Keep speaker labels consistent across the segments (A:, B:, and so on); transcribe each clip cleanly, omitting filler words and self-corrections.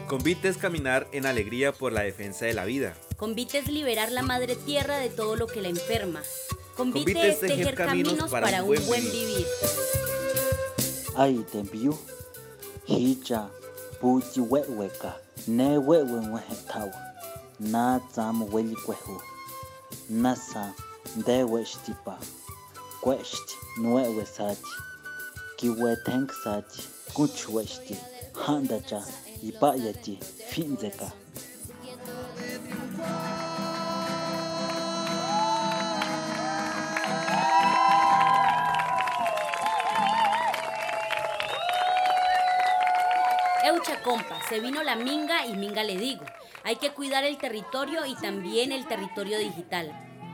A: Convite es caminar en alegría por la defensa de la vida.
B: Convite es liberar la madre tierra de todo lo que la enferma.
A: Convite
B: Convite
A: es
B: es
A: tejer
B: tejer caminos para un buen vivir.
C: Ay tembiu, hija, puchi weweka, ne wewen wehetawa, na zam weli kwehu, nasa de weshtipa, kweshti nuewe sati, kiwe tank sati, kuch weshti, handacha, ipayati, finzeka.
B: Eucha compa, se vino la minga y minga le digo. Hay que cuidar el territorio y también el territorio digital.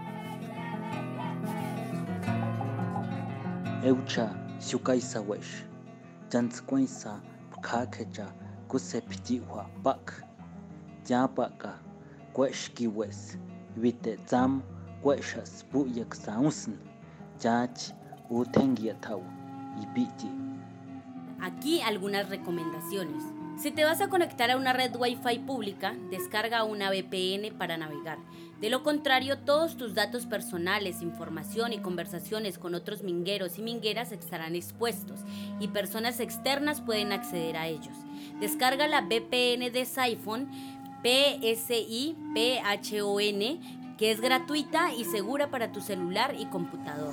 C: Eucha, shukaisa wesh, janskwensa, pkakecha, kusepitiwa pak, japaka, kweshkiwes, vite zam, kweshas, buyak saunsen, jach, utengiatau, ibiti.
B: Aquí algunas recomendaciones. Si te vas a conectar a una red Wi-Fi pública, descarga una VPN para navegar. De lo contrario, todos tus datos personales, información y conversaciones con otros mingueros y mingueras estarán expuestos y personas externas pueden acceder a ellos. Descarga la VPN de Siphon, PSIPHON, que es gratuita y segura para tu celular y computador.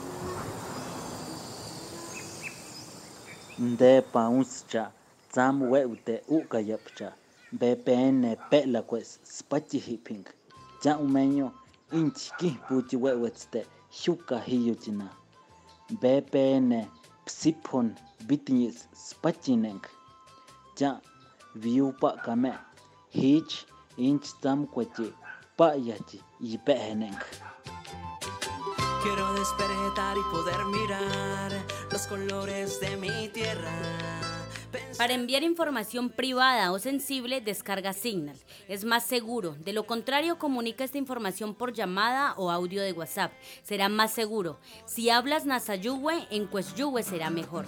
C: De pauscha, zam weute ukayapcha, VPN pelaques, spachihiping, ya umeño, inchki puchi wewetste, shuka hiyuchina. VPN psipon bitinis spachineng, ya viupa kame, hich inch zam kwechi, payachi y peheneng.
D: Quiero despertar y poder mirar los colores de mi tierra.
B: Para enviar información privada o sensible, descarga Signal. Es más seguro. De lo contrario, comunica esta información por llamada o audio de WhatsApp. Será más seguro. Si hablas Nasayuhue, en Cuesyuhue será mejor.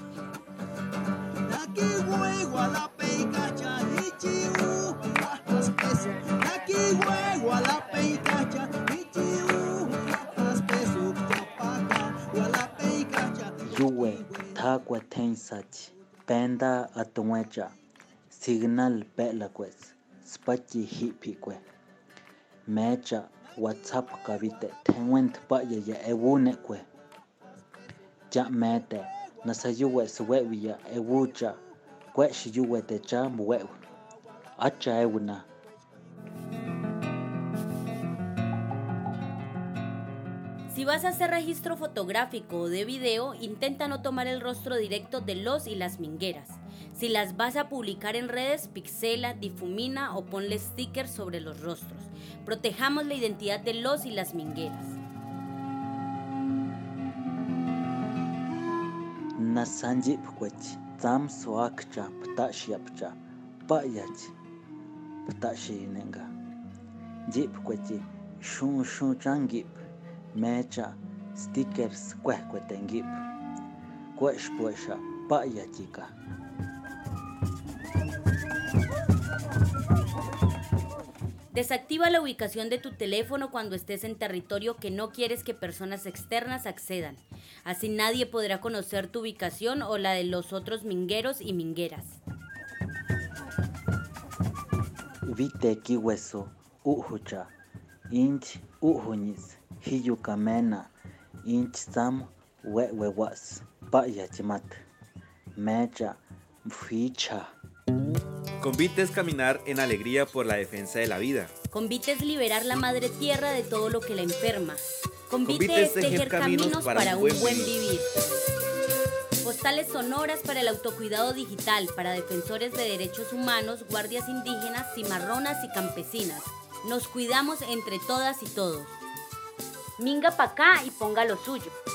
C: Yuwe, Takwa Tensach, Penda Atonwecha, Signal Pelaquez, Spachi Hipique, Mecha, WhatsApp Kavite, Tenwent Paya ya Ewuneque, Ja Mete, Nasayuwe Swevia, Ewucha, Quesh Yuwe de Jam Wew, Acha Ewuna.
B: Si vas a hacer registro fotográfico o de video, intenta no tomar el rostro directo de los y las mingueras. Si las vas a publicar en redes, pixela, difumina o ponle stickers sobre los rostros. Protejamos la identidad de los y las mingueras.
C: Nasanjip Quech, Zam Swakcha, Ptashiapcha, Payachi, Ptashinenga, Jip Quechi, Shun Changip. Mecha, stickers, cuescuetengip, cuespuesha, paya chica.
B: Desactiva la ubicación de tu teléfono cuando estés en territorio que no quieres que personas externas accedan. Así nadie podrá conocer tu ubicación o la de los otros mingueros y mingueras.
C: Vite kiweso, uhucha, inch, uhuñis. Hiyukamena, inchtam, wewewas, payachimat, mecha, ficha.
A: Convite es caminar en alegría por la defensa de la vida.
B: Convite es liberar la madre tierra de todo lo que la enferma. Convite es tejer caminos para un buen vivir. Postales sonoras para el autocuidado digital, para defensores de derechos humanos, guardias indígenas, cimarronas y campesinas. Nos cuidamos entre todas y todos. Minga pa' acá y ponga lo suyo.